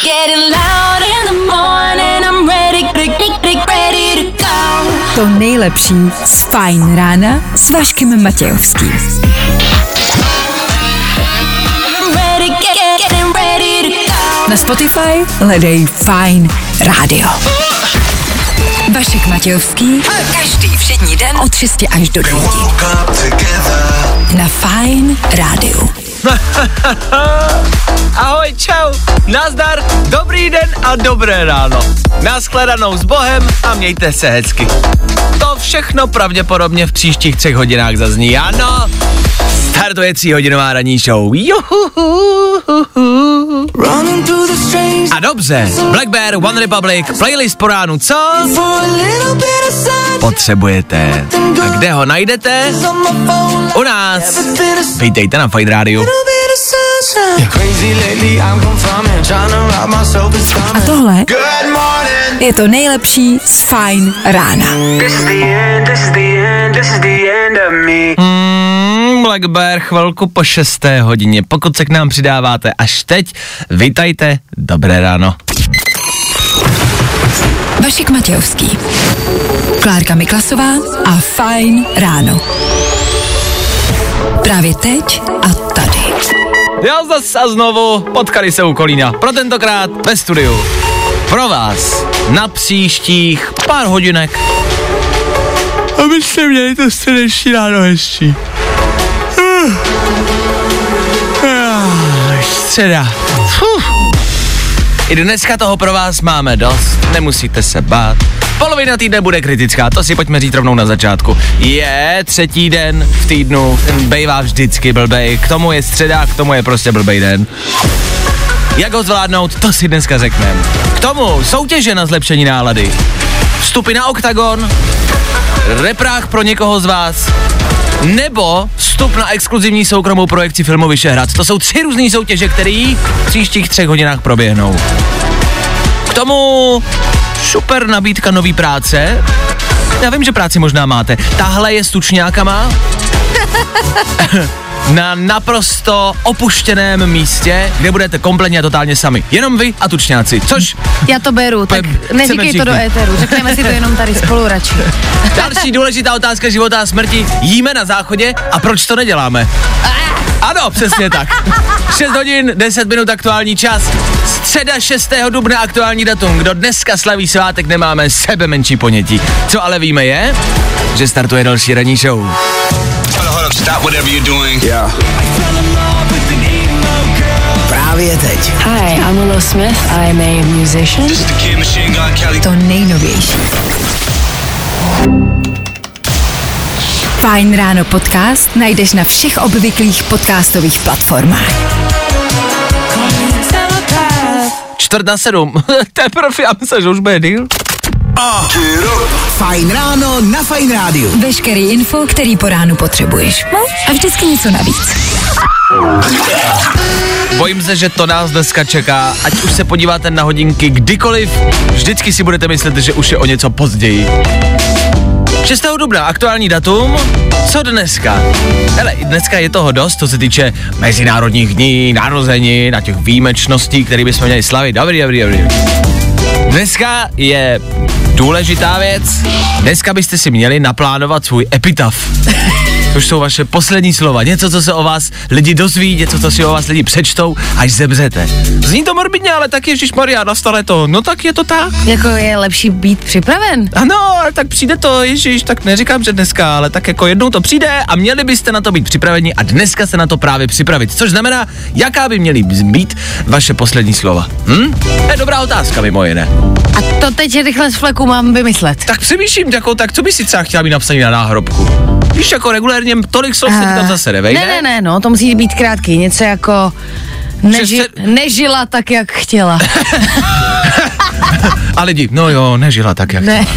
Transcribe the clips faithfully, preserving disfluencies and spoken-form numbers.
To nejlepší z Fajn rána s Vaškem Matějovským. Na Spotify hledej Fajn rádio. Vašek Matějovský. Každý všední den od šesti až do devíti. Na Fajn rádiu. Ahoj, čau, nazdar, dobrý den a dobré ráno. Nashledanou s Bohem a mějte se hezky. To všechno pravděpodobně v příštích třech hodinách zazní, ano. Startuje tříhodinová ranní show. Juhuhuhuhu. A dobře, Black Bear, One Republic, playlist po ránu, co? Potřebujete. A kde ho najdete? U nás. Vítejte na Fajn rádiu. A tohle je to nejlepší z Fajn rána. Mm, Black Bear, chvilku po šesté hodině. Pokud se k nám přidáváte až teď, vítajte, dobré ráno. Vašek Matějovský, Klárka Miklasová a Fajn ráno. Právě teď a tady. Já zase a znovu potkali se u Kolína. Pro tentokrát ve studiu. Pro vás na příštích pár hodinek. Abyste měli to středeční ráno hezčí. Uh. Uh. Středa. Uh. I dneska toho pro vás máme dost, nemusíte se bát. Polovina týdne bude kritická, to si pojďme říct rovnou na začátku. Je třetí den v týdnu, ten bejvá vždycky blbej, k tomu je středa, k tomu je prostě blbej den. Jak ho zvládnout, to si dneska řekneme. K tomu soutěže na zlepšení nálady, vstupy na OKTAGON, reprách pro někoho z vás, nebo vstup na exkluzivní soukromou projekci filmu Vyšehrad. To jsou tři různé soutěže, které v příštích třech hodinách proběhnou. K tomu super nabídka nový práce. Já vím, že práci možná máte. Tahle je s tučňákama. Na naprosto opuštěném místě, kde budete kompletně a totálně sami. Jenom vy a tučňáci, což... Já to beru, tak neříkej to do éteru, řekneme si to jenom tady spolu radši. Další důležitá otázka života a smrti. Jíme na záchodě a proč to neděláme? Ano, přesně tak. šest hodin, deset minut aktuální čas. Středa šestého dubna aktuální datum. Kdo dneska slaví svátek, nemáme sebe menší ponětí. Co ale víme je, že startuje další ranní show. Stop whatever you're doing. Yeah. Právě teď. Hi, I'm Willow Smith. I'm a musician. This is the Kid Machine Gun Kelly. To nejnovější. Fajn ráno podcast najdeš na všech obvyklých podcastových platformách. Čtvrt na sedm. Teprve, já myslím, že už bude díl. Oh. Fajn ráno na Fajn rádiu. Veškerý info, který po ránu potřebuješ. No? A vždycky něco navíc. Bojím se, že to nás dneska čeká. Ať už se podíváte na hodinky kdykoliv, vždycky si budete myslet, že už je o něco později. šestého dubna, aktuální datum. Co dneska? Hele, dneska je toho dost, co se týče mezinárodních dní, narozenin a těch výjimečností, které bychom měli slavit. Dobrý, dobrý, dobrý. Dneska je důležitá věc. Dneska byste si měli naplánovat svůj epitaf. To už jsou vaše poslední slova. Něco, co se o vás lidi dozví, něco, co si o vás lidi přečtou, až zemřete. Zní to morbidně, ale tak ježišmarja, nastane to. No tak je to tak. Jako je lepší být připraven. Ano, ale tak přijde to, ježiš, tak neříkám, že dneska, ale tak jako jednou to přijde a měli byste na to být připraveni a dneska se na to právě připravit. Což znamená, jaká by měly být vaše poslední slova. Hm? To je dobrá otázka, mimo jiné. A to teď rychle z fleku mám vymyslet. Tak přemýšlím, jako, tak co by si třeba chtěla být napsaný na náhrobku? Víš, jako regulérně tolik slov se tam zase nevejde. Ne, ne, ne, no, to musí být krátký, něco jako neži, nežila tak, jak chtěla. A lidi, no jo, nežila tak, jak ne.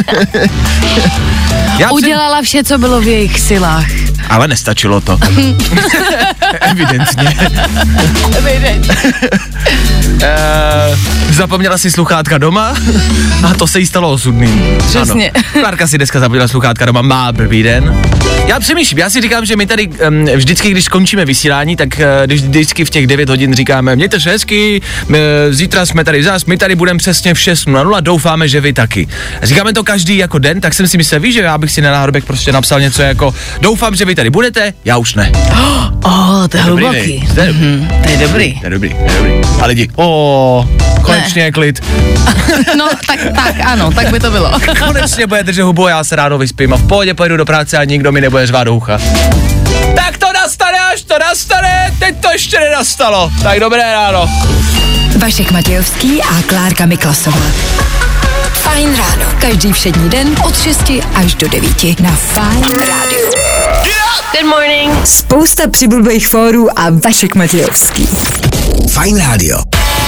chtěla. Udělala vše, co bylo v jejich silách. Ale nestačilo to. Evidentně. Evidentně. uh, zapomněla si sluchátka doma a to se jí stalo osudným. Přesně. Ano. Klárka si dneska zapomněla sluchátka doma, má blbý den. Já přemýšlím, já si říkám, že my tady um, vždycky, když skončíme vysílání, tak uh, když vždycky v těch devět hodin říkáme, mějte se hezky, my, zítra jsme tady zás, my tady budeme přesně v šest nula nula, doufáme, že vy taky. Říkáme to každý jako den, tak jsem si myslel, víš, že já bych si na náhrobek prostě napsal něco jako, doufám, že vy tady budete, já už ne. Oh, to je hluboký. To je dobrý. Mm-hmm, to je dobrý. To je dobrý, to je dobrý. A lidi, o, konečně je klid. No, tak, tak, ano, tak by to bylo. Konečně bude držet hubu, já se ráno vyspím a v pohodě pojedu do práce a nikdo mi nebude řvát do ucha. Tak to nastane, až to nastane, teď to ještě nenastalo. Tak dobré ráno. Vašek Matějovský a Klárka Miklasová. Fajn ráno. Každý všední den od šesti až do devíti na Fajn rádiu. Good morning. Spousta přibulbých fórů a Vašek Matějovský. Fajn rádio.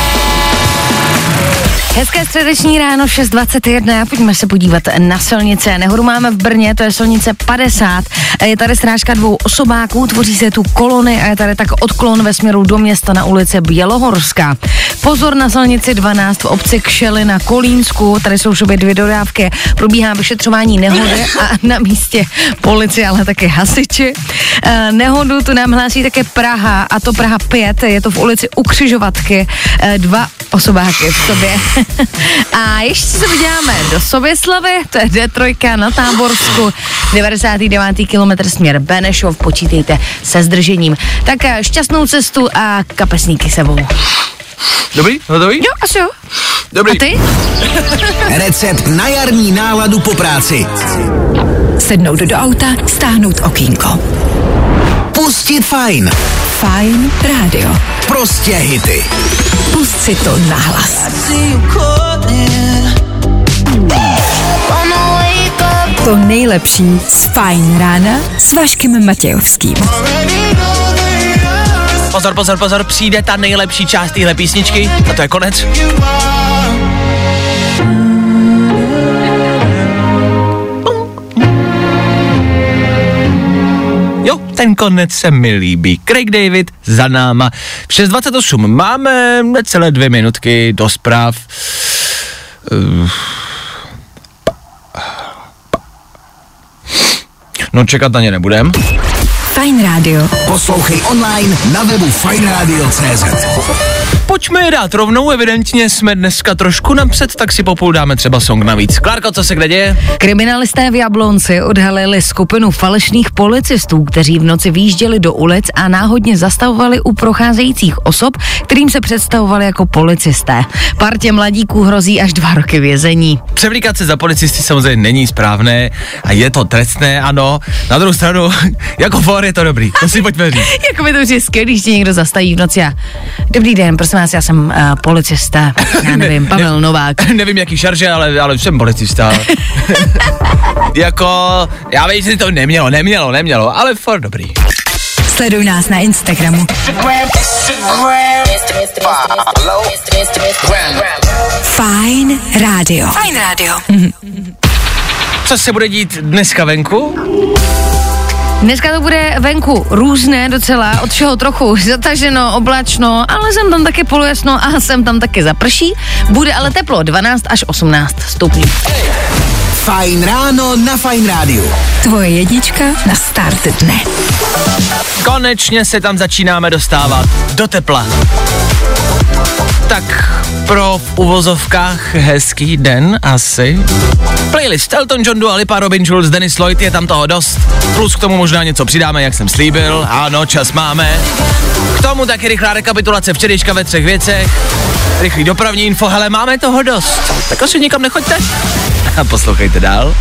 Hezké středeční ráno, šest dvacet jedna, pojďme se podívat na silnice. Nehodu máme v Brně, to je silnice padesát. Je tady srážka dvou osobáků, tvoří se tu kolony a je tady tak odklon ve směru do města na ulici Bělohorská. Pozor na silnici dvanáct v obci Kšely na Kolínsku, tady jsou všude dvě dodávky, probíhá vyšetřování nehody a na místě policie, ale také hasiči. Nehodu tu nám hlásí také Praha, a to Praha pět, je to v ulici U Křižovatky, dva osobáky v sobě. A ještě se podíváme do Soběslavy, to je D tři na Táborsku, devadesátý devátý kilometr směr Benešov, počítejte se zdržením. Tak šťastnou cestu a kapesníky sebou. Dobrý? Hotový? Jo, asi jo. Dobrý. A ty? Recept na jarní náladu po práci. Sednout do auta, stáhnout okýnko. Pustit fajn. Fajn rádio. Prostě hity. Pust si to nahlas. To nejlepší z Fajn rána s Vaškem Matějovským. Pozor, pozor, pozor, přijde ta nejlepší část téhle písničky a to je konec. Jo, ten konec se mi líbí. Craig David za náma. V šest dvacet osm máme necelé dvě minutky do zpráv. Uh. No čekat na ně nebudem. Fajn rádio. Poslouchej online na webu fajn rádio tečka cé zet. Pojďme je dát rovnou, evidentně jsme dneska trošku napřed, tak si popůl dáme třeba song navíc. Klárko, co se kde děje? Kriminalisté v Jablonci odhalili skupinu falešných policistů, kteří v noci výjížděli do ulic a náhodně zastavovali u procházejících osob, kterým se představovali jako policisté. Partě mladíků hrozí až dva roky vězení. Převlíkat se za policisty samozřejmě není správné a je to trestné, ano. Na druhou stranu, jako for je to dobrý, to si pojďme říct. Jako by to už je skvělý, když tě někdo zastaví v noci a dobrý den, prosím vás, já jsem uh, policista, já nevím, Pavel ne, Novák. Nevím, jaký šarže, ale, ale jsem policista. Jako, já vím, že to nemělo, nemělo, nemělo, ale for dobrý. Sleduj nás na Instagramu. Fajn rádio. Fajn rádio. Co se bude dít dneska venku? Dneska to bude venku různé docela, od všeho trochu zataženo, oblačno, ale jsem tam taky polojasno a jsem tam taky zaprší. Bude ale teplo, dvanáct až osmnáct stupňů. Fajn ráno na Fajn rádiu. Tvoje jednička na start dne. Konečně se tam začínáme dostávat do tepla. Tak pro v uvozovkách hezký den asi. Playlist Elton John, Dua Lipa, Robin Schulz, Dennis Lloyd, je tam toho dost. Plus k tomu možná něco přidáme, jak jsem slíbil. Ano, čas máme. K tomu taky rychlá rekapitulace včerejška ve třech věcech. Rychlý dopravní info, hele, máme toho dost. Tak asi nikam nechoďte. A poslouchejte dál.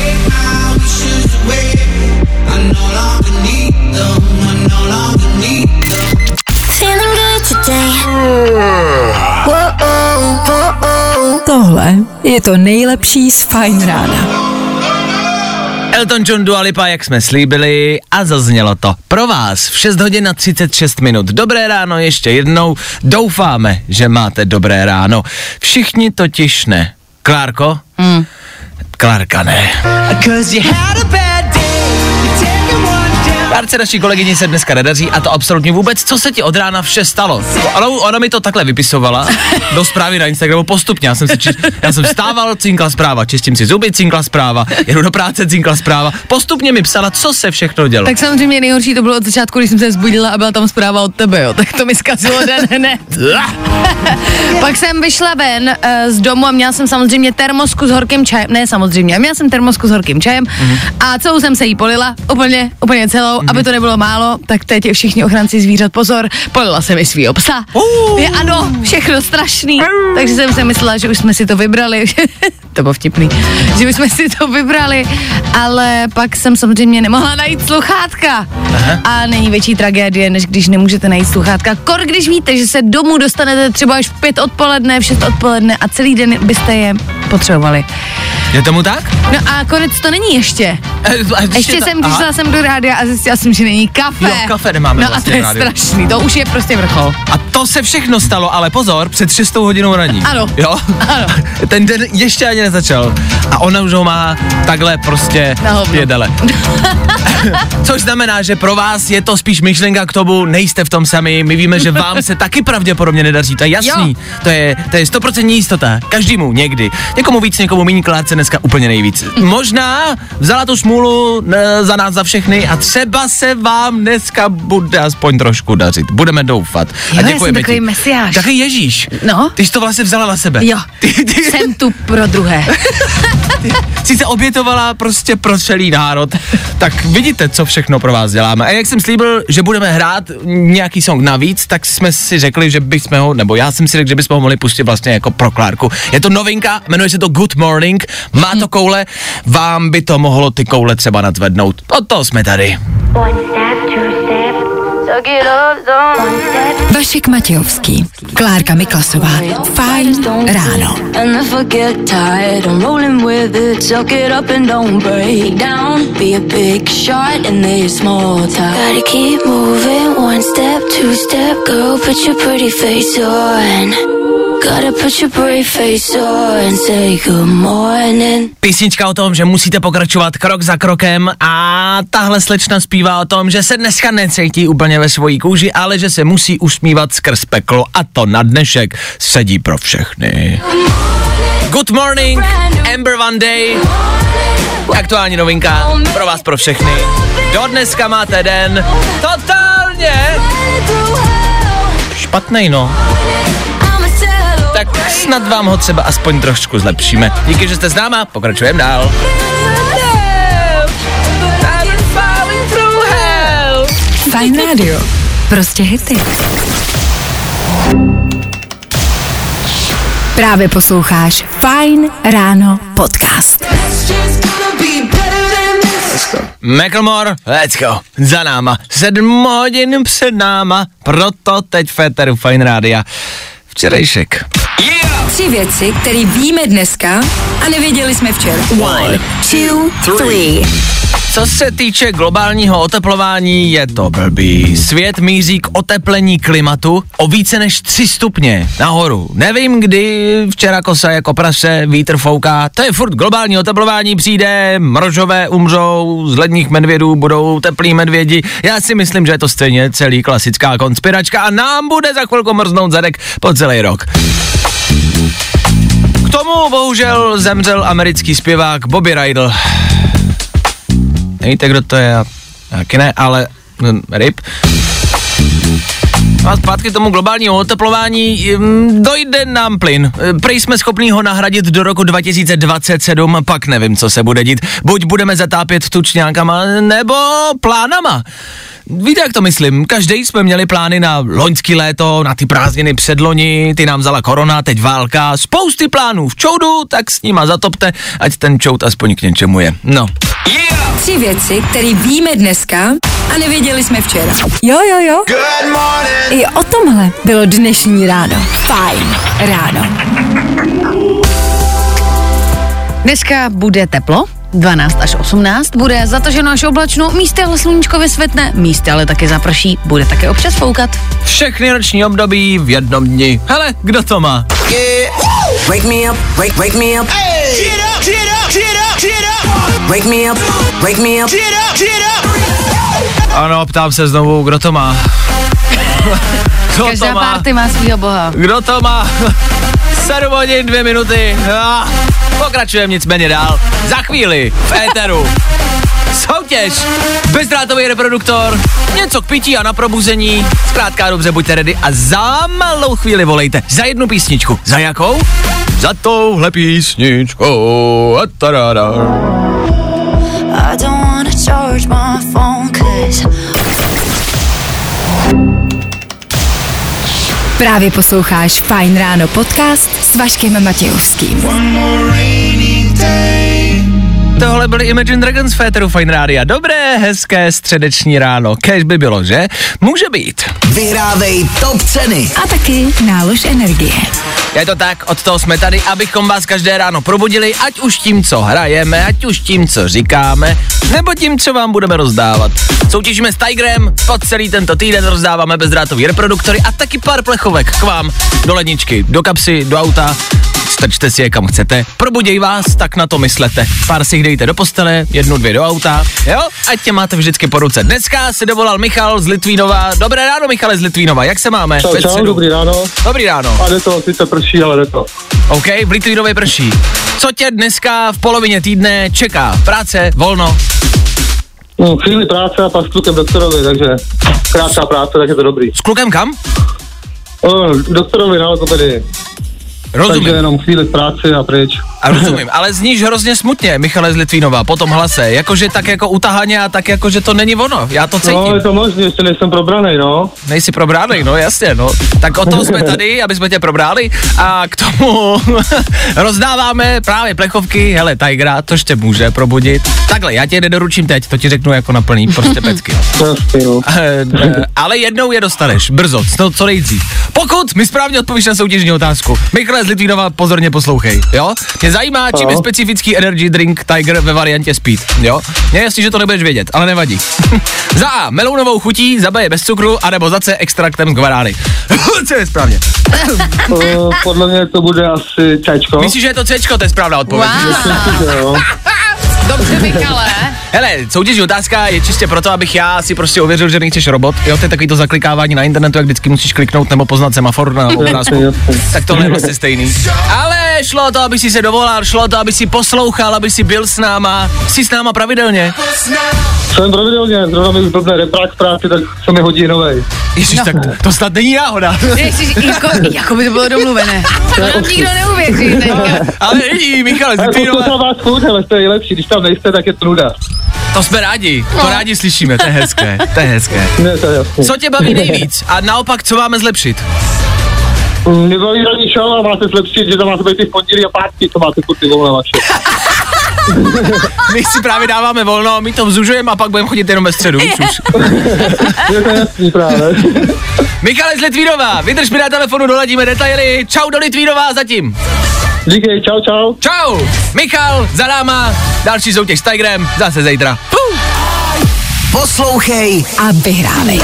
Tohle je to nejlepší z Fajn rána. Elton John, Dua Lipa, jak jsme slíbili, a zaznělo to pro vás v šest hodin a třicet šest minut. Dobré ráno ještě jednou, doufáme, že máte dobré ráno. Všichni totiž ne. Klárko? Mm. Klárka ne. Párce naší kolegyni se dneska nedaří a to absolutně vůbec. Co se ti od rána vše stalo? Ona, ona mi to takhle vypisovala do zprávy na Instagramu postupně. Já jsem, se či, já jsem vstával, cinkla zpráva, čistím si zuby, cinkla zpráva, jedu do práce, cinkla zpráva. Postupně mi psala, co se všechno dělo. Tak samozřejmě nejhorší to bylo od začátku, když jsem se vzbudila a byla tam zpráva od tebe, jo. Tak to mi zkazilo den hned. Pak jsem vyšla ven uh, z domu a měla jsem samozřejmě termosku s horkým čajem. Ne, samozřejmě, měla jsem termosku s horkým čajem mm-hmm. a celou jsem se jí polila, úplně, úplně celou, mm-hmm. aby to nebylo málo, tak teď všichni ochránci zvířat, pozor, polila jsem i svýho psa. Uh. Je, ano, všechno strašný. Uh. Takže jsem si myslela, že už jsme si to vybrali. To bylo vtipný. Že už jsme si to vybrali, ale pak jsem samozřejmě nemohla najít sluchátka. Aha. A není větší tragédie, než když nemůžete najít sluchátka. Kor, když víte, že se domů dostanete třeba až v pět odpoledne, v šest odpoledne a celý den byste je potřebovali. Je tomu tak? No a konec to není ještě. E, ještě ještě to, jsem přišla jsem do rádia a zjistila jsem, že není kafe. Jo, kafe nemáme no vlastně. No a to je strašný, to už je prostě vrchol. A to se všechno stalo, ale pozor, před šestou hodinou raní. Ano. Jo? Ano. Ten den ještě ani nezačal. A ona už ho má takhle prostě v pědele. Což znamená, že pro vás je to spíš myšlenka k tomu, nejste v tom sami, my víme, že vám se taky pravděpodobně nedaří, to je jasný. Jo. To je to je sto procent jistota, každému někdy. Někomu víc, někomu méně, Klárce dneska úplně nejvíc. Možná vzala tu smůlu ne, za nás, za všechny a třeba se vám dneska bude aspoň trošku dařit. Budeme doufat. Jo, a děkujeme já jsem takový ti. mesiáš. Takový Ježíš. No. Ty jsi to vlastně vzala na sebe. Jo, ty, ty, jsem tu pro druhé. Ty jsi se obětovala prostě pro celý národ. Tak vidíte, co všechno pro vás děláme. A jak jsem slíbil, že budeme hrát nějaký song navíc, tak jsme si řekli, že bychom ho, nebo já jsem si řekl, že bychom ho mohli pustit vlastně jako pro Klárku. Je to novinka, jmenuje se to Good Morning, má to koule, vám by to mohlo ty koule třeba nadzvednout. Od toho jsme tady. Vašek Matějovský, Klárka Miklasová, Fajn ráno. Písnička o tom, že musíte pokračovat krok za krokem a tahle slečna zpívá o tom, že se dneska necítí úplně ve svojí kůži, ale že se musí usmívat skrz peklo a to na dnešek sedí pro všechny. Good morning, Amber One Day, aktuální novinka pro vás, pro všechny. Do dneska máte den totálně špatnej, no. Tak snad vám ho třeba aspoň trošku zlepšíme. Díky, že jste s náma, pokračujeme dál. Fajn rádio, prostě hity. Právě posloucháš Fajn ráno podcast. Macklemore, let's go, za náma, sedm hodin před náma, proto teď Féteru Fajn rádia. Včerejšek. Yeah! Tři věci, které víme dneska a nevěděli jsme včera. One, two, three. Co se týče globálního oteplování, je to blbý. Svět míří k oteplení klimatu o více než tři stupně nahoru. Nevím, kdy včera kosa jako prase, vítr fouká, to je furt globální oteplování, přijde, mrožové umřou, z ledních medvědů budou teplí medvědi. Já si myslím, že je to stejně celý klasická konspiračka a nám bude za chvilku mrznout zadek po celý rok. K tomu bohužel zemřel americký zpěvák Bobby Rydell. Nevíte, kdo to je, taky ne, ale ryb. A zpátky tomu globálnímu oteplování, dojde nám plyn. Prej jsme schopní ho nahradit do roku dva tisíce dvacet sedm, pak nevím, co se bude dít. Buď budeme zatápět tučňákama, nebo plánama. Víte, jak to myslím? Každý jsme měli plány na loňský léto, na ty prázdniny předloni, ty nám vzala korona, teď válka, spousty plánů v čoudu, tak s nima zatopte, ať ten čoud aspoň k něčemu je. No. Yeah! Tři věci, které víme dneska a nevěděli jsme včera. Jo, jo, jo. Good morning. I o tomhle bylo dnešní ráno. Fajn ráno. Dneska bude teplo, dvanáct až osmnáct, bude zataženo až oblačno, místy ale sluníčko vysvětne, místy ale taky zaprší, bude také občas foukat. Všechny roční období v jednom dni. Hele, kdo to má? Yeah. Wake me up, wake, wake me up. Hey. Get up, get up, get up, get up. Wake me up, wake me up. Get up, get up. Ano, ptám se znovu, kdo to má? Kdo Každá to má? party má svýho boha. Kdo to má? sedm hodin, dvě minuty. Ah, pokračujeme nicméně dál. Za chvíli v éteru. Soutěž. Bezdrátový reproduktor. Něco k pití a na probuzení. Zkrátka dobře, buďte ready a za malou chvíli volejte. Za jednu písničku. Za jakou? Za touhle písničkou. A tarada. I don't wanna charge my phone 'cause Právě posloucháš Fajn ráno podcast s Vaškem Matějovským. Tohle byly Imagine Dragons v éteru Fajn rádia. Dobré, hezké středeční ráno. Kéž by bylo, že? Může být. Vyhrávej top ceny. A taky nálož energie. Je to tak, od toho jsme tady, abychom vás každé ráno probudili, ať už tím, co hrajeme, ať už tím, co říkáme, nebo tím, co vám budeme rozdávat. Soutěžíme s Tigrem, po celý tento týden rozdáváme bezdrátový reproduktory a taky pár plechovek k vám do ledničky, do kapsy, do auta. Strčte si je kam chcete, probuděj vás, tak na to myslete. Pár si jich dejte do postele, jednu, dvě do auta, jo? Ať tě máte vždycky po ruce. Dneska se dovolal Michal z Litvínova. Dobré ráno, Michale z Litvínova, jak se máme? Čau, čau, dobrý ráno. Dobrý ráno. A jde to, sice prší, ale jde to. OK, v Litvínově prší. Co tě dneska v polovině týdne čeká? Práce, volno? No, chvíli práce a pak s klukem doktorovi, takže krátká práce, tak je to dobrý. S klukem kam? O, doktorovi na logopedii. Rozumím. Takže jenom chvíli z práce a pryč. A rozumím, ale zníš hrozně smutně, Michale z Litvínova, po tom hlase, jakože tak jako utahaně a tak jako, že to není ono, já to cítím. No, je to možné, ještě nejsem probranej, no. Nejsi probranej, no jasně, no. Tak o toho jsme tady, aby jsme tě probrali a k tomu rozdáváme právě plechovky, hele, Tigra, to ještě může probudit. Takhle, já tě nedoručím teď, to ti řeknu jako na plný, prostě pecky. Jasně, no. Ale jednou je dostaneš, brzo, co, co nejdřív. Pokud mi správně odpovíš na soutěžní otázku, Michale z Litvínova, pozorně poslouchej, jo? Mě zajímá, čím je specifický energy drink Tiger ve variantě Speed, jo? Mě jasný, že to nebudeš vědět, ale nevadí. Za A, melounovou chutí, za B bez cukru, anebo za C, extraktem z guarány. Co je správně? Uh, podle mě to bude asi Cčko. Myslíš, že je to Cčko, to je správná odpověď. Wow. Dobře, Michale. Hele, soutěžní otázka je čistě proto, abych já si prostě ověřil, že nejseš robot. Jo, to je takový to zaklikávání na internetu, jak vždycky musíš kliknout nebo poznat semafor na obrázku. Tak tohle je vlastně stejný. Ale šlo o to, aby si se dovolal, šlo o to, aby si poslouchal, aby si byl s náma. Jsi s náma pravidelně? Jsem pravidelně, zrovna mi už blbne reprák v práci, tak se mi hodí novej. Ježiš, no. Tak to snad není náhoda. Ježiš, jako, jako by to bylo domluvené. To nám nikdo neuvěří. Ale není, Michale, z Litvínova. To vás furt, ale to je lepší, když tam nejste, tak je to nuda. To jsme rádi, to no. rádi slyšíme, to je hezké, to je hezké. Ne, to je jasný. Co tě baví nejvíc a naopak, co máme zlepšit? Mě baví ranní show a máte zlepšit, že tam máte být ty v pondělí a pátky, to máte furt ty volné vaše. My si právě dáváme volno, my to vzužujeme a pak budeme chodit jenom ve středu, víš už. Je to jasný právě. Michale z Litvínova, vydrž mi na telefonu, doladíme detaily. Čau do Litvínova zatím. Díky, čau, čau. Čau, Michal, za náma, další soutěž s Tigrem, zase zítra. Puh. Poslouchej a vyhrávej.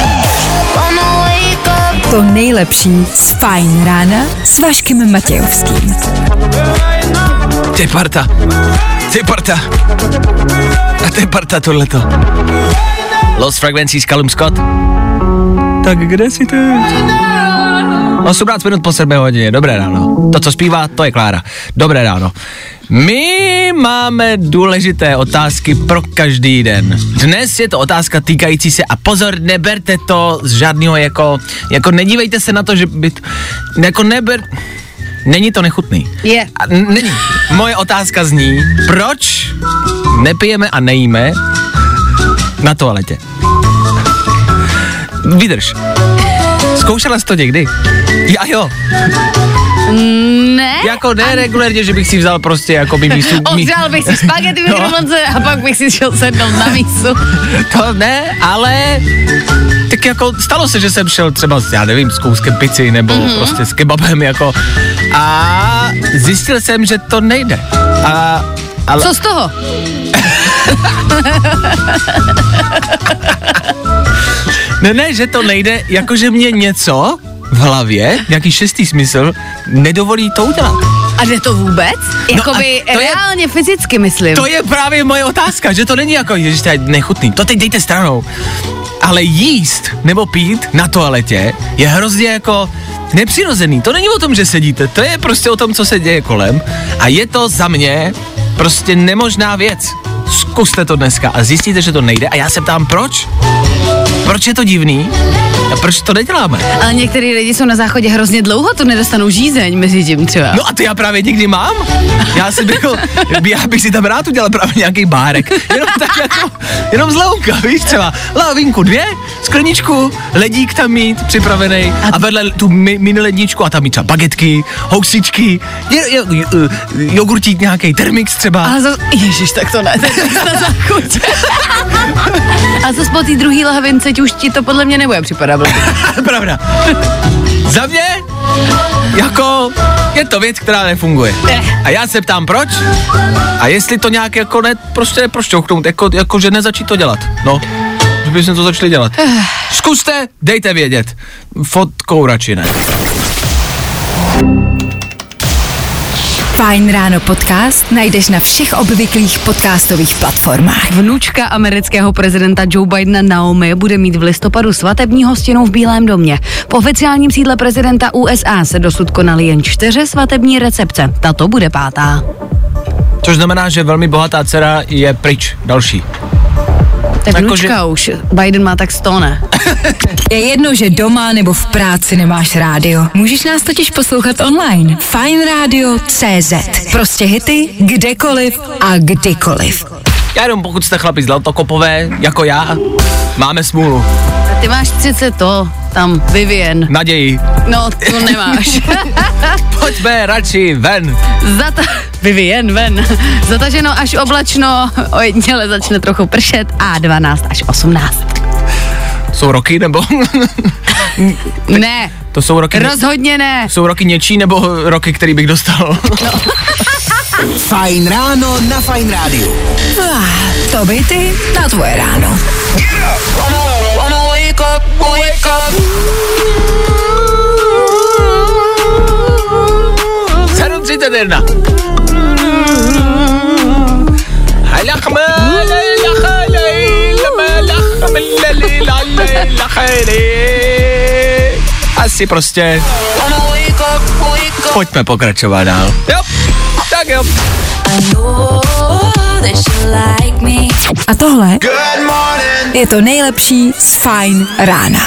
To nejlepší z Fajn rána s Vaškem Matějovským. Ty parta, ty parta. A ty parta tohleto. Lost Frequencies, Callum Scott. Tak kde jsi ty? osmnáct minut po sedmé hodině, dobré ráno. To, co zpívá, to je Klára. Dobré ráno. My máme důležité otázky pro každý den. Dnes je to otázka týkající se, a pozor, neberte to z žádného jako, jako nedívejte se na to, že by, jako neber, není to nechutný. Je. A není. Moje otázka zní, proč nepijeme a nejíme na toaletě? Vydrž. Zkoušela jsi to někdy? Já jo. Ne? Jako ne regulérně, že bych si vzal prostě jako by mísu. Odřál bych si spagety v mikrovlnce a pak bych si šel sednout na mísu. To ne, ale tak jako stalo se, že jsem šel třeba, já nevím, s kouskem pici nebo mm-hmm. prostě s kebabem jako a zjistil jsem, že to nejde. A, ale... Co z toho? Ne, ne, že to nejde, jakože mě něco v hlavě, nějaký šestý smysl, nedovolí to udělat. A jde to vůbec? Jakoby No to reálně, je, fyzicky myslím. To je právě moje otázka, že to není jako, ježiš, to je nechutný, to teď dejte stranou. Ale jíst nebo pít na toaletě je hrozně jako nepřirozený. To není o tom, že sedíte, to je prostě o tom, co se děje kolem. A je to za mě prostě nemožná věc. Zkuste to dneska a zjistíte, že to nejde. A já se ptám, proč? Proč je to divný? A proč to neděláme? Ale některý lidi jsou na záchodě hrozně dlouho, to nedostanou žízeň mezi tím třeba. No a to já právě někdy mám. Já si bych, já bych si tam rád udělal právě nějaký bárek. Jenom tak jako, jenom z louka, víš třeba. Lahvinku dvě, skleničku, ledík tam mít připravený a vedle tu mi, mini ledničku a tam mít třeba bagetky, housičky, jogurtík nějaký, termix třeba. Ale zas, ježiš, tak to ne, to na záchodě. A zase po té druhé lahvince už ti to podle mě nebude připadat. Pravda. Za mě jako je to věc, která nefunguje. A já se ptám proč a jestli to nějak jako ne, prostě neprošťouchnout, jako, jako že nezačít to dělat. No, že bychom to začali dělat. Zkuste, dejte vědět. Fotkou radši ne. Fajn ráno podcast najdeš na všech obvyklých podcastových platformách. Vnučka amerického prezidenta Joe Bidena Naomi bude mít v listopadu svatební hostinu v Bílém domě. Po oficiálním sídle prezidenta U S A se dosud konaly jen čtyři svatební recepce. Tato bude pátá. Což znamená, že velmi bohatá dcera je pryč. Další. To je vnučka jako, že... už. Biden má tak sto, ne? Je jedno, že doma nebo v práci nemáš rádio. Můžeš nás totiž poslouchat online. Fajn rádio tečka cé zet. Prostě hity, kdekoliv a kdykoliv. Já jenom pokud jste chlapi zlatokopové, jako já, máme smůlu. A ty máš třicet to, tam, Vivien. Naději. No, to nemáš. Pojďme radši ven. Zata... Vivien, ven. Zataženo až oblačno, ojediněle začne trochu pršet a dvanáct až osmnáct. Jsou roky, nebo? Ne. To jsou roky... Rozhodně ne. Jsou roky něčí, nebo roky, který bych dostal? No. Fajn ráno na Fajn rádiu. Ah, to by ty na tvoje ráno. sedm třicet jedna. Asi prostě pojďme pokračovat dál. Jo, tak jo. A tohle je to nejlepší z Fajn rána.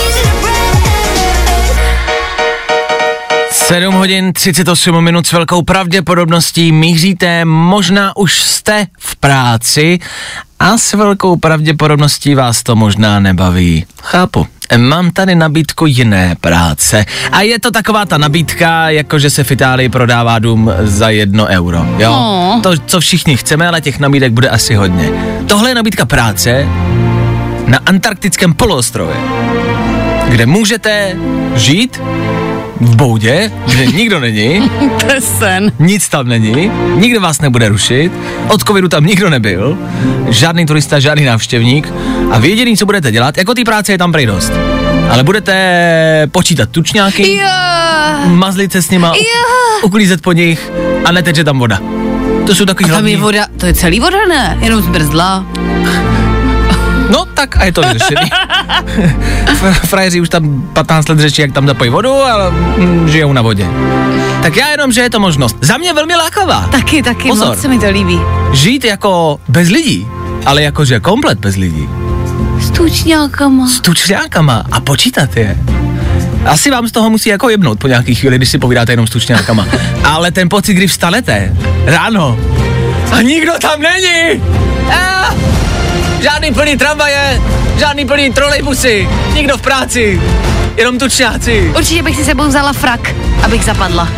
sedm hodin třicet osm minut s velkou pravděpodobností míříte, možná už jste v práci a s velkou pravděpodobností vás to možná nebaví. Chápu. Mám tady nabídku jiné práce a je to taková ta nabídka, jako že se v Itálii prodává dům za jedno euro, jo? Oh. To, co všichni chceme, ale těch nabídek bude asi hodně. Tohle je nabídka práce na antarktickém poloostrově, kde můžete žít v boudě, kde nikdo není, to je sen. Nic tam není, nikdo vás nebude rušit, od covidu tam nikdo nebyl, žádný turista, žádný návštěvník a vy jediný, co budete dělat, jako té práce je tam prej dost, ale budete počítat tučňáky, yeah. mazlit se s nima, yeah. uklízet po nich a neteče tam voda. To jsou takový a tam hlavní... je voda, to je celý voda, ne? Jenom zmrzla. No tak a je to vyřešený. Frajeři už tam patnáct let řečí, jak tam zapojí vodu, ale mm, žijou na vodě. Tak já jenom, že je to možnost. Za mě velmi lákavá. Taky, taky, Pozor. moc se mi to líbí. Žít jako bez lidí, ale jakože komplet bez lidí. S tučňákama. S tučňákama a počítat je. Asi vám z toho musí jako jebnout po nějaký chvíli, když si povídáte jenom s tučňákama. Ale ten pocit, kdy vstanete ráno a nikdo tam není. Ah! Žádný plný tramvaje, žádný plný trolejbusy, nikdo v práci, jenom tučňáci. Určitě bych si sebou vzala frak, abych zapadla.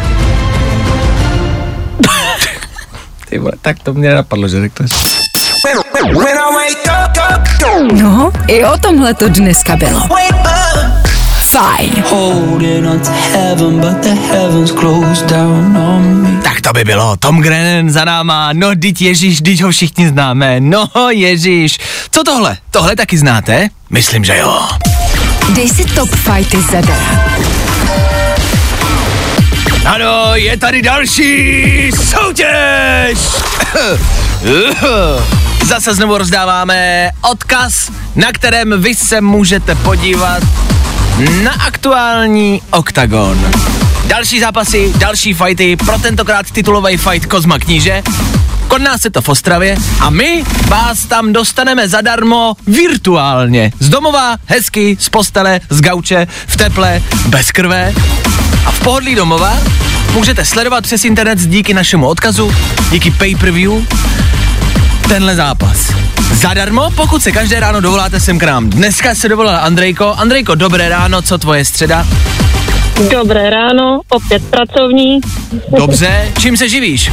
Ty vole, tak to mě napadlo, že řekneš. No, i o tomhle to dneska bylo. Fajn. Tak to by bylo. Tom Grennan za náma. No, dyť Ježíš, dyť ho všichni známe. No, Ježíš. Co tohle? Tohle taky znáte? Myslím, že jo. Dej si top fighty zadara. Ano, je tady další soutěž! Zase znovu rozdáváme odkaz, na kterém vy se můžete podívat na aktuální Oktagon. Další zápasy, další fighty, pro tentokrát titulový fight Kozma kníže. Koná se to v Ostravě a my vás tam dostaneme zadarmo virtuálně. Z domova, hezky, z postele, z gauče, v teple, bez krve. A v pohodlí domova můžete sledovat přes internet díky našemu odkazu, díky pay-per-view, tenhle zápas. Zadarmo, pokud se každé ráno dovoláte sem k nám. Dneska se dovolal Andrejko. Andrejko, dobré ráno, co tvoje středa? Dobré ráno, opět pracovní. Dobře, čím se živíš?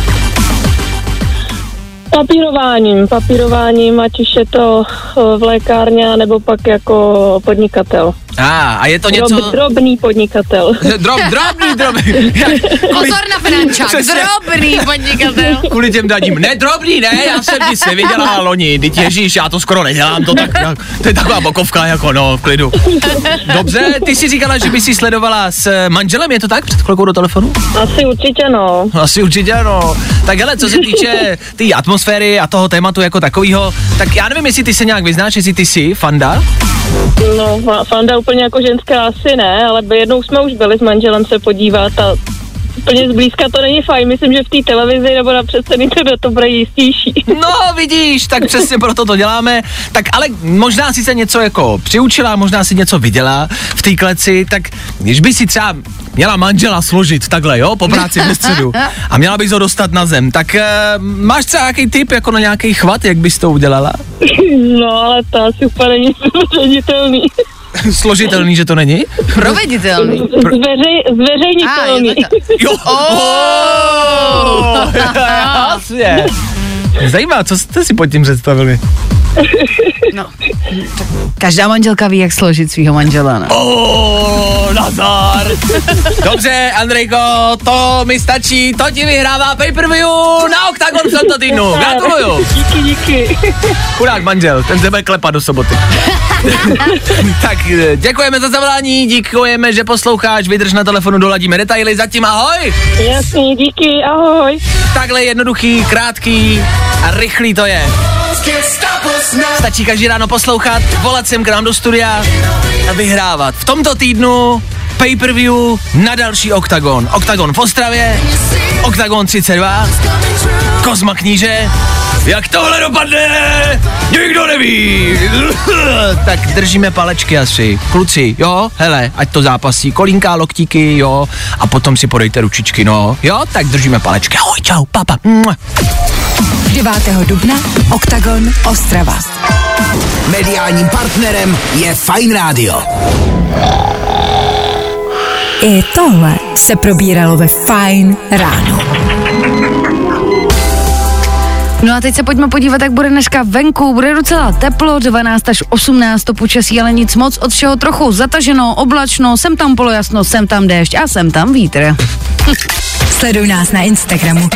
Papírováním, papírováním, ať už je to v lékárně, nebo pak jako podnikatel. A, a je to něco... Drob, drobný podnikatel. Drob, drobný, drobný. Pozor na finančák, drobný podnikatel. Kvůli těm daním. Ne, drobný, ne, já jsem nic nevydělala loni. Teď ježíš, já to skoro nedělám, to tak, to je taková bokovka, jako no, v klidu. Dobře, ty jsi říkala, že by si sledovala s manželem, je to tak, před chvilkou do telefonu? Asi určitě no. Asi určitě no. Tak hele, co se týče té tý atmosféry a toho tématu jako takového, tak já nevím, jestli ty se nějak vyznáš, jestli ty jsi fanda? No, fanda úplně jako ženská asi ne, ale jednou jsme už byli s manželem se podívat a úplně zblízka to není fajn, myslím, že v té televizi nebo na předsední to, to bude jistější. No vidíš, tak přesně proto to děláme, tak ale možná si se něco jako přiučila, možná si něco viděla v té kleci, tak když by si třeba měla manžela složit takhle, jo, po práci ve středu a měla bys ho dostat na zem, tak uh, máš třeba nějaký tip jako na nějaký chvat, jak bys to udělala? No ale to asi úplně není zveřejnitelný. Složitelný, že to není? Proveditelný. Pro... Zveřej, zveřejnitelný. Ah, jo. Oh, jasně. Zajímá, co jste si pod tím představili? No, každá manželka ví, jak složit svýho manžela, ne? Oh, nazar. Dobře, Andrejko, to mi stačí, to ti vyhrává pay-per-view na Oktagon v tomto týdnu. Gratuluju. Díky, díky. Chudák manžel, ten se bude klepat do soboty. Tak děkujeme za zavolání, děkujeme, že posloucháš, vydrž na telefonu, doladíme detaily, zatím ahoj. Jasný, díky, ahoj. Takhle jednoduchý, krátký a rychlý to je. Stačí každý ráno poslouchat, volat sem k nám do studia a vyhrávat. V tomto týdnu pay-per-view na další Oktagon. Oktagon v Ostravě, Oktagon třicet dva, Kozma kníže. Jak tohle dopadne, nikdo neví. Tak držíme palečky asi. Kluci, jo, hele, ať to zápasí. Kolínka, loktíky, jo, a potom si podejte ručičky, no. Jo, tak držíme palečky. Ahoj, čau, papa. devátého dubna Oktagon Ostrava. Mediálním partnerem je Fajn Radio. I tohle se probíralo ve Fajn ráno. No a teď se pojďme podívat, jak bude dneska venku. Bude docela teplo, dvanáct až osmnáct to počasí, ale nic moc, od všeho trochu zataženo, oblačno, sem tam polojasno, sem tam déšť a sem tam vítr. Sleduj nás na Instagramu.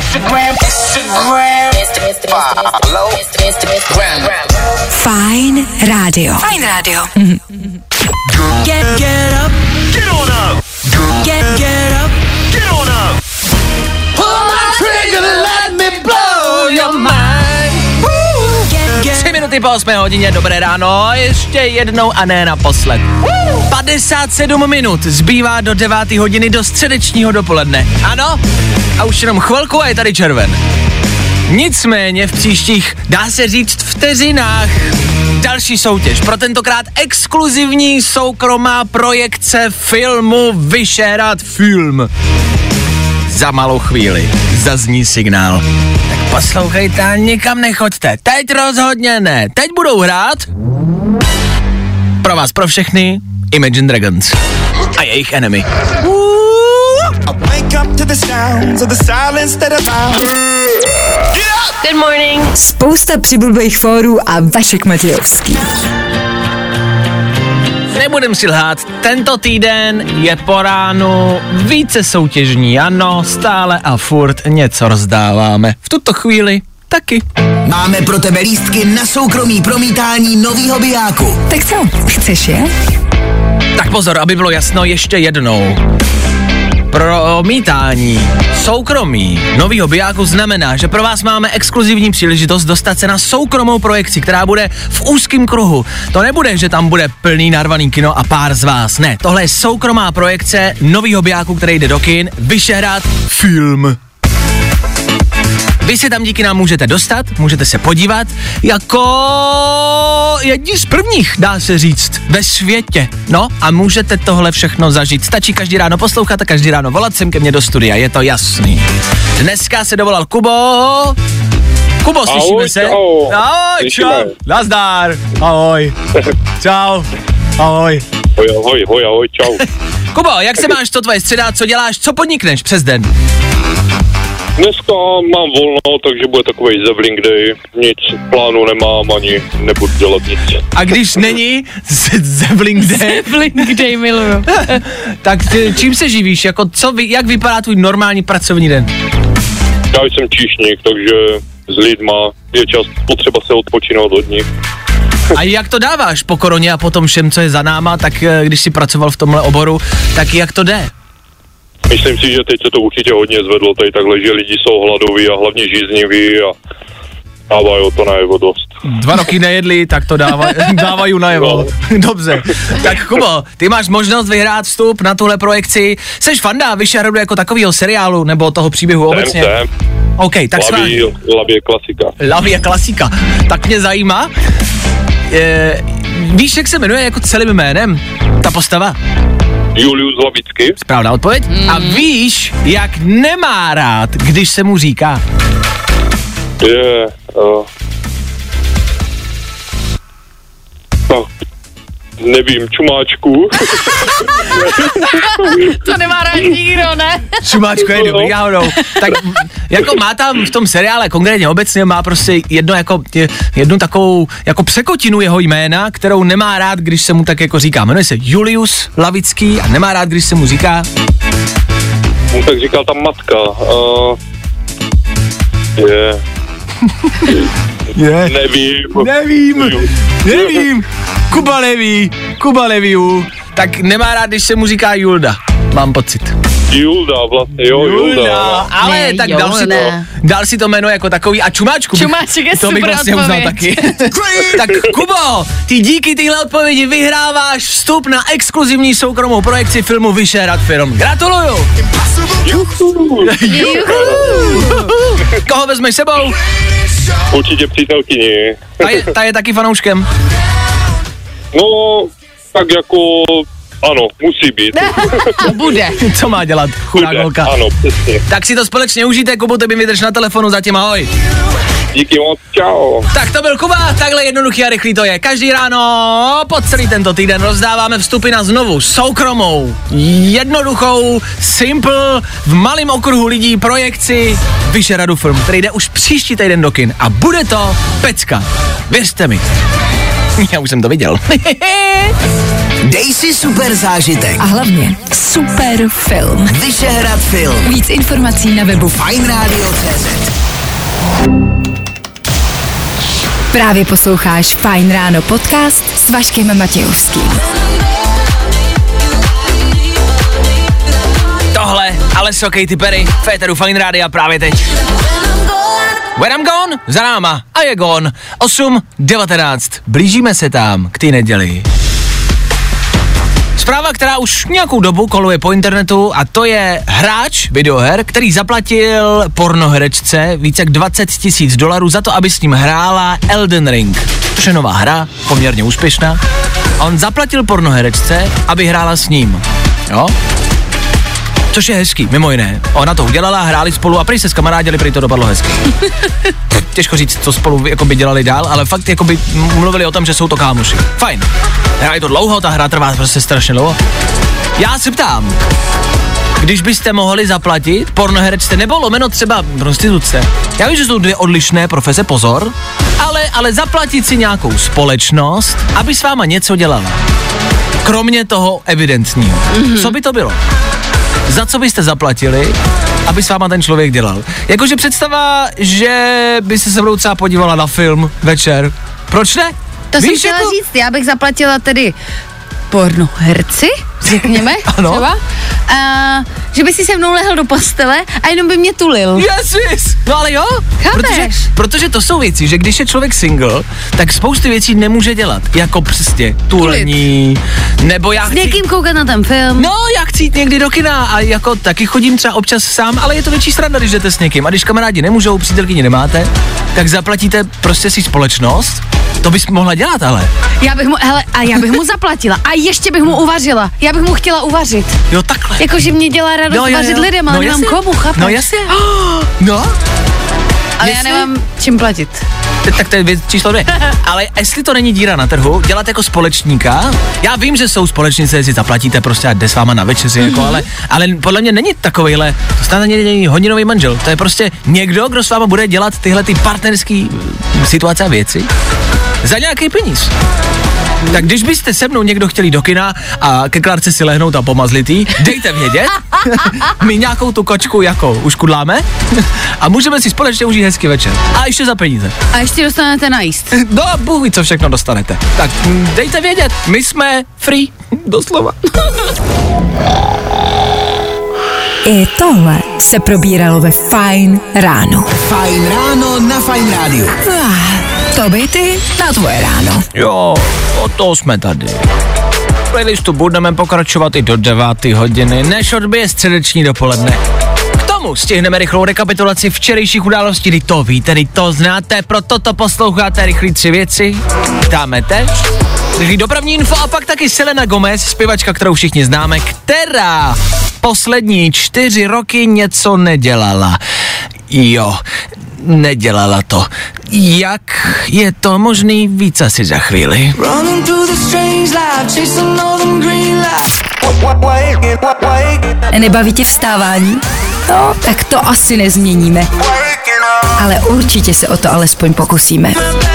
Fajn rádio. Fajn rádio. Get, get up, get on up. Get, get up, get on up. Pull my trigger, let me blow your mind. Tři minuty po osmé hodině, dobré ráno, ještě jednou a ne naposled. padesát sedm minut zbývá do deváté hodiny do středečního dopoledne. Ano, a už jenom chvilku a je tady červen. Nicméně v příštích, dá se říct, vteřinách další soutěž. Pro tentokrát exkluzivní soukromá projekce filmu Vyšehrad film. Za malou chvíli zazní signál. Tak poslouchejte a nikam nechoďte. Teď rozhodně ne. Teď budou hrát pro vás, pro všechny Imagine Dragons a jejich Enemy. Good morning. Spousta přibulbých fórů a Vašek Matějovský. Nebudem si lhát, tento týden je po ránu více soutěžní, ano, stále a furt něco rozdáváme. V tuto chvíli taky. Máme pro tebe lístky na soukromý promítání novýho bijáku. Tak co, chceš je? Tak pozor, aby bylo jasno ještě jednou. Promítání soukromí novýho bijáku znamená, že pro vás máme exkluzivní příležitost dostat se na soukromou projekci, která bude v úzkém kruhu. To nebude, že tam bude plný narvaný kino a pár z vás. Ne, tohle je soukromá projekce novýho bijáku, který jde do kin, Vyšehrad film. Vy se tam díky nám můžete dostat, můžete se podívat jako jedni z prvních, dá se říct, ve světě. No a můžete tohle všechno zažít. Stačí každý ráno poslouchat a každý ráno volat sem ke mně do studia, je to jasný. Dneska se dovolal Kubo. Kubo, slyšíme ahoj, se? Čau. Ahoj, čau. Nazdar. Ahoj. Čau. Ahoj. Ahoj, ahoj, ahoj, ahoj, čau. Kubo, jak se máš, co tvoje středa, co děláš, co podnikneš přes den? Dneska mám volno, takže bude takovej Zevling Day. Nic plánu nemám, ani nebudu dělat nic. A když není Zevling Day? Zevling Day miluju. Tak ty, čím se živíš? Jako co, vy, jak vypadá tvůj normální pracovní den? Já jsem číšník, takže s lidma je čas potřeba se odpočinout od nich. A jak to dáváš po koroně a po tom všem, co je za náma, tak když jsi pracoval v tomhle oboru, tak jak to jde? Myslím si, že teď se to určitě hodně zvedlo, tady takhle, že lidi jsou hladoví a hlavně žízniví a dávají to najevo dost. Dva roky nejedli, tak to dávaj, dávají najevo. No. Dobře. Tak Kubo, ty máš možnost vyhrát vstup na tuhle projekci. Seš fanda Vyšehradu jako takovýho seriálu nebo toho příběhu obecně? Jsem, jsem. OK, tak Laví, Laví je klasika. Laví je klasika. Tak mě zajímá, e, víš, jak se jmenuje jako celým jménem ta postava? Julius Lavický. Správná odpověď. Mm. A víš, jak nemá rád, když se mu říká? Je, uh, no, nevím, čumáčku. To nemá rád nikdo, ne? Čumáčku je dobrý náhodou. Tak jako má tam v tom seriále konkrétně obecně má prostě jedno jako, jednu takovou jako překotinu jeho jména, kterou nemá rád, když se mu tak jako říká. Jmenuje se Julius Lavický a nemá rád, když se mu říká... Mu tak říkal tam matka. Uh, je... Je. Nevím. Nevím. Nevím. Kuba neví. Kuba neví. Tak nemá rád, když se mu říká Julda. Mám pocit. Julda, vlastně, jo, Julda. Julda. Ale ne, tak jo, dal si, to, dal si to jméno jako takový a Čumáčku. Čumáček je to super bych vlastně odpověď. uznal taky. Tak Kubo, ty díky téhle odpovědi vyhráváš vstup na exkluzivní soukromou projekci filmu Vyšehrad film. Gratuluju. Juhu. Juhu. Koho vezmeš sebou? Určitě přítelkyni. Ta je, ta je taky fanouškem. No, tak jako... Ano, musí být. Bude. Co má dělat, chudá holka? Ano, přesně. Tak si to společně užijte, Kubo, tebe mi drž na telefonu, zatím ahoj. Díky moc, čau. Tak to byl Kuba, takhle jednoduchý a rychlý to je. Každý ráno po celý tento týden rozdáváme vstupy na znovu soukromou, jednoduchou, simple, v malém okruhu lidí projekci Vyšehradu film, který jde už příští týden do kin a bude to pecka. Věřte mi. Já už jsem to viděl. Dej si super zážitek. A hlavně super film. Vyšehrad film. Víc informací na webu Fajn rádio tečka cé zet. Právě posloucháš Fajn ráno podcast s Vaškem Matějovským. Tohle, Alessio Katy Perry, Féteru Fajn rádia právě teď. When I'm gone, za náma a je gone. osm devatenáct, blížíme se tam k té neděli. Zpráva, která už nějakou dobu koluje po internetu a to je hráč videoher, který zaplatil pornoherečce více jak dvacet tisíc dolarů za to, aby s ním hrála Elden Ring. To je nová hra, poměrně úspěšná. A on zaplatil pornoherečce, aby hrála s ním. Jo? Což je hezký, mimo jiné. Ona to udělala, hráli spolu a prý se skamarádili, prý to dopadlo hezky. Těžko říct, co spolu jakoby dělali dál, ale fakt jakoby mluvili o tom, že jsou to kámoši. Fajn. Hrají to dlouho, ta hra trvá prostě strašně dlouho. Já se ptám, když byste mohli zaplatit pornoherečce nebo lomeno třeba prostitutce. Já vím, že jsou dvě odlišné profese, pozor, ale, ale zaplatit si nějakou společnost, aby s váma něco dělala. Kromě toho evidentního. Mm-hmm. Co by to bylo? Za co byste zaplatili, aby s váma ten člověk dělal? Jakože představa, že by se se mnou třeba podívala na film večer. Proč ne? To Víš, jsem chtěla jako... říct, já bych zaplatila tedy porno herci, řekněme, ano. třeba, a, že by si se mnou lehl do postele a jenom by mě tulil. Yes, yes. No ale jo, protože, protože to jsou věci, že když je člověk single, tak spousty věcí nemůže dělat, jako přesně tulení, nebo já S chci... někým koukat na ten film. No, já chci jít někdy do kina a jako taky chodím třeba občas sám, ale je to větší sranda, když jdete s někým. A když kamarádi nemůžou, přítelkyni nemáte, tak zaplatíte prostě si společnost. To bys mohla dělat, ale. Já bych mu, hele, a já bych mu zaplatila a ještě bych mu uvařila. Já bych mu chtěla uvařit. Jo, takhle. Jakože mě dělá radost jo, jo, vařit jo. lidem, ale no, nemám komu, chápeš? No jasně. No. Ale jestli... já nemám čím platit. Tak to je věc číslo dvě. Ale jestli to není díra na trhu, dělat jako společníka, já vím, že jsou společnice, si zaplatíte prostě a jde s váma na večeři, mm-hmm. jako, ale, ale podle mě není takovejhle, to snad není hodinový manžel, to je prostě někdo, kdo s váma bude dělat tyhle ty partnerský situace a věci za nějaký peníz. Tak když byste se mnou někdo chtěli do kina a ke Klárce si lehnout a pomazlit jí, dejte vědět, my nějakou tu kočku jako uškudláme a můžeme si společně užít hezký večer. A ještě za peníze. A ještě dostanete najíst. No, Bůh ví, co všechno dostanete. Tak dejte vědět, my jsme free, doslova. I tohle se probíralo ve Fajn ráno. Fajn ráno na Fajn rádiu. To by ty na tvoje ráno. Jo, o to jsme tady. V playlistu budeme pokračovat i do deváté hodiny, než odbije středeční dopoledne. K tomu stihneme rychlou rekapitulaci včerejších událostí, kdy to víte, kdy to znáte, proto to posloucháte rychlý tři věci. Dáme teď. Rychlý dopravní info a pak taky Selena Gomez, zpěvačka, kterou všichni známe, která poslední čtyři roky něco nedělala. Jo, nedělala to. Jak je to možný, víc asi za chvíli. Nebaví tě vstávání? No, tak to asi nezměníme. Ale určitě se o to alespoň pokusíme.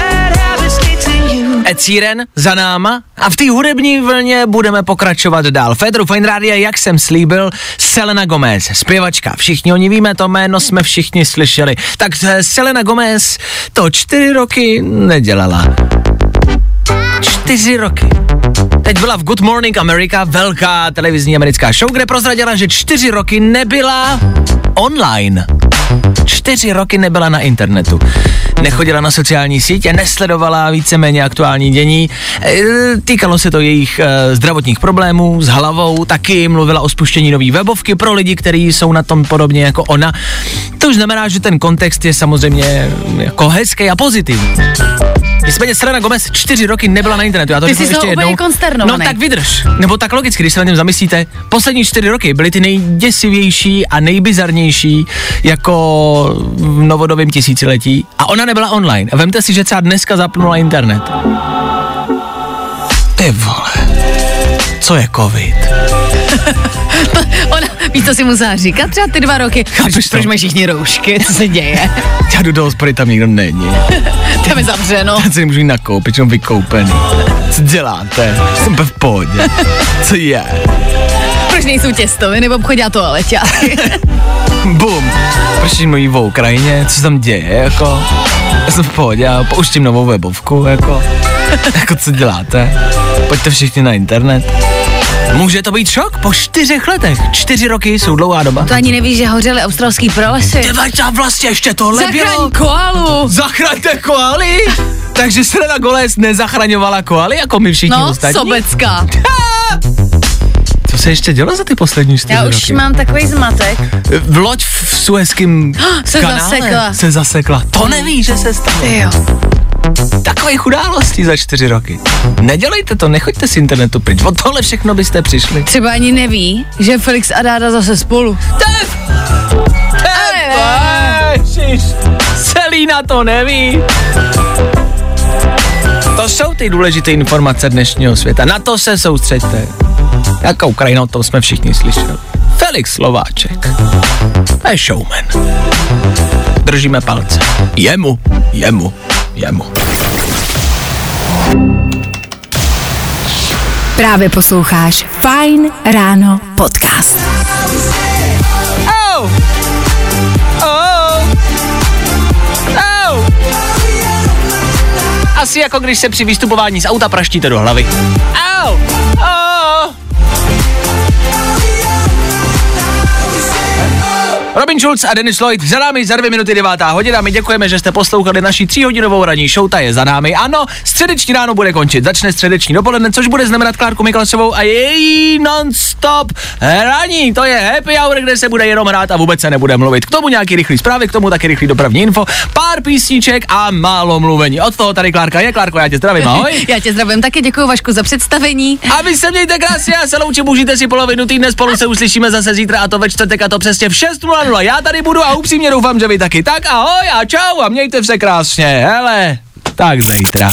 Ed Sheeran za náma a v té hudební vlně budeme pokračovat dál. Féteru Fajn rádia, jak jsem slíbil, Selena Gomez, zpěvačka. Všichni o ní víme, to jméno jsme všichni slyšeli. Tak Selena Gomez to čtyři roky nedělala. Čtyři roky. Teď byla v Good Morning America, velká televizní americká show, kde prozradila, že čtyři roky nebyla online. Čtyři roky nebyla na internetu. Nechodila na sociální sítě, nesledovala víceméně aktuální dění. Týkalo se to jejich e, zdravotních problémů s hlavou, taky mluvila o spuštění nový webovky pro lidi, kteří jsou na tom podobně jako ona. To už znamená, že ten kontext je samozřejmě jako hezký a pozitivní. Nicméně Selena Gomez čtyři roky nebyla na internetu. Já to Ty řeknu jsi ještě jednou. konsternovaný. No tak vydrž. Nebo tak logicky, když se na něm zamyslíte, poslední čtyři roky byly ty nejděsivější a nejbizarnější jako v novodobém tisíciletí a ona nebyla online. A vemte si, že třeba dneska zapnula internet. Ty vole, co je covid? Ona, víš, co si musela říkat třeba ty dva roky? Proč, proč mají všichni roušky, co se děje? Já jdu do hospody, tam nikdo není. Tam je zavřeno. Já si nemůžu jít nakoupit, jsem vykoupený. Co děláte? Jsem v pohodě. Co je? Proč nejsou těstoviny v obchodě a toaleťáky? Bum. Proč mluví o Ukrajině? Co se tam děje, jako? Já jsem v pohodě, já pouštím novou webovku, jako. Jako co děláte? Pojďte všichni na internet. Může to být šok po čtyřech letech. Čtyři roky jsou dlouhá doba. To ani nevíš, že hořely australský pralesy. Ty vlastně ještě tohle bylo. Zachraň koalu. Zachraňte koaly? Takže Selena Gomez nezachraňovala koaly, jako my všichni no, ostatní? No, sobecká. Co se ještě dělo za ty poslední čtyři Já roky? už mám takový zmatek. V loď v Suezském se kanále zasekla. se zasekla. To nevíš, že se stalo. Jo. Takových událostí za čtyři roky. Nedělejte to, nechoďte z internetu pryč. O tohle všechno byste přišli. Třeba ani neví, že Felix a Dáda zase spolu. Tef! Tef! Selína to neví. To jsou ty důležité informace dnešního světa. Na to se soustřeďte. Jaká Ukrajina, o tom jsme všichni slyšeli. Felix Slováček. To je showman. Držíme palce. Jemu, jemu, jemu. Právě posloucháš Fajn ráno podcast. Oh! Oh! Oh! Asi jako když se při vystupování z auta praštíte do hlavy. Au! Oh! Robin Schulz a Dennis Lloyd, za námi za dvě minuty devátá hodina. My děkujeme, že jste poslouchali naši tříhodinovou ranní show, ta je za námi. Ano, středeční ráno bude končit, začne středeční dopoledne, což bude znamenat Klárku Miklasovou a její non-stop hraní. To je happy hour, kde se bude jenom hrát a vůbec se nebude mluvit. K tomu nějaký rychlý zprávy, k tomu taky rychlý dopravní info, pár písniček a málo mluvení. Od toho tady Klárka je. Klárko, já tě zdravím, ahoj. Já tě zdravím taky, děkuji Vašku za představení. A vy se mějte krásně, já se loučím, užijte si polovinu týdne, spolu se uslyšíme zase zítra a to ve čtvrtek a to přesně v šest nula nula. Já tady budu a upřímně doufám, že vy taky. Tak ahoj a čau a mějte se krásně. Hele, tak zítra.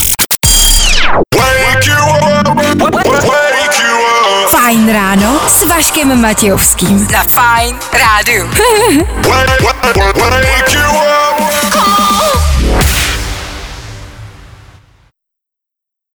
Fajn ráno s Vaškem Matějovským. Na Fajn rádiu.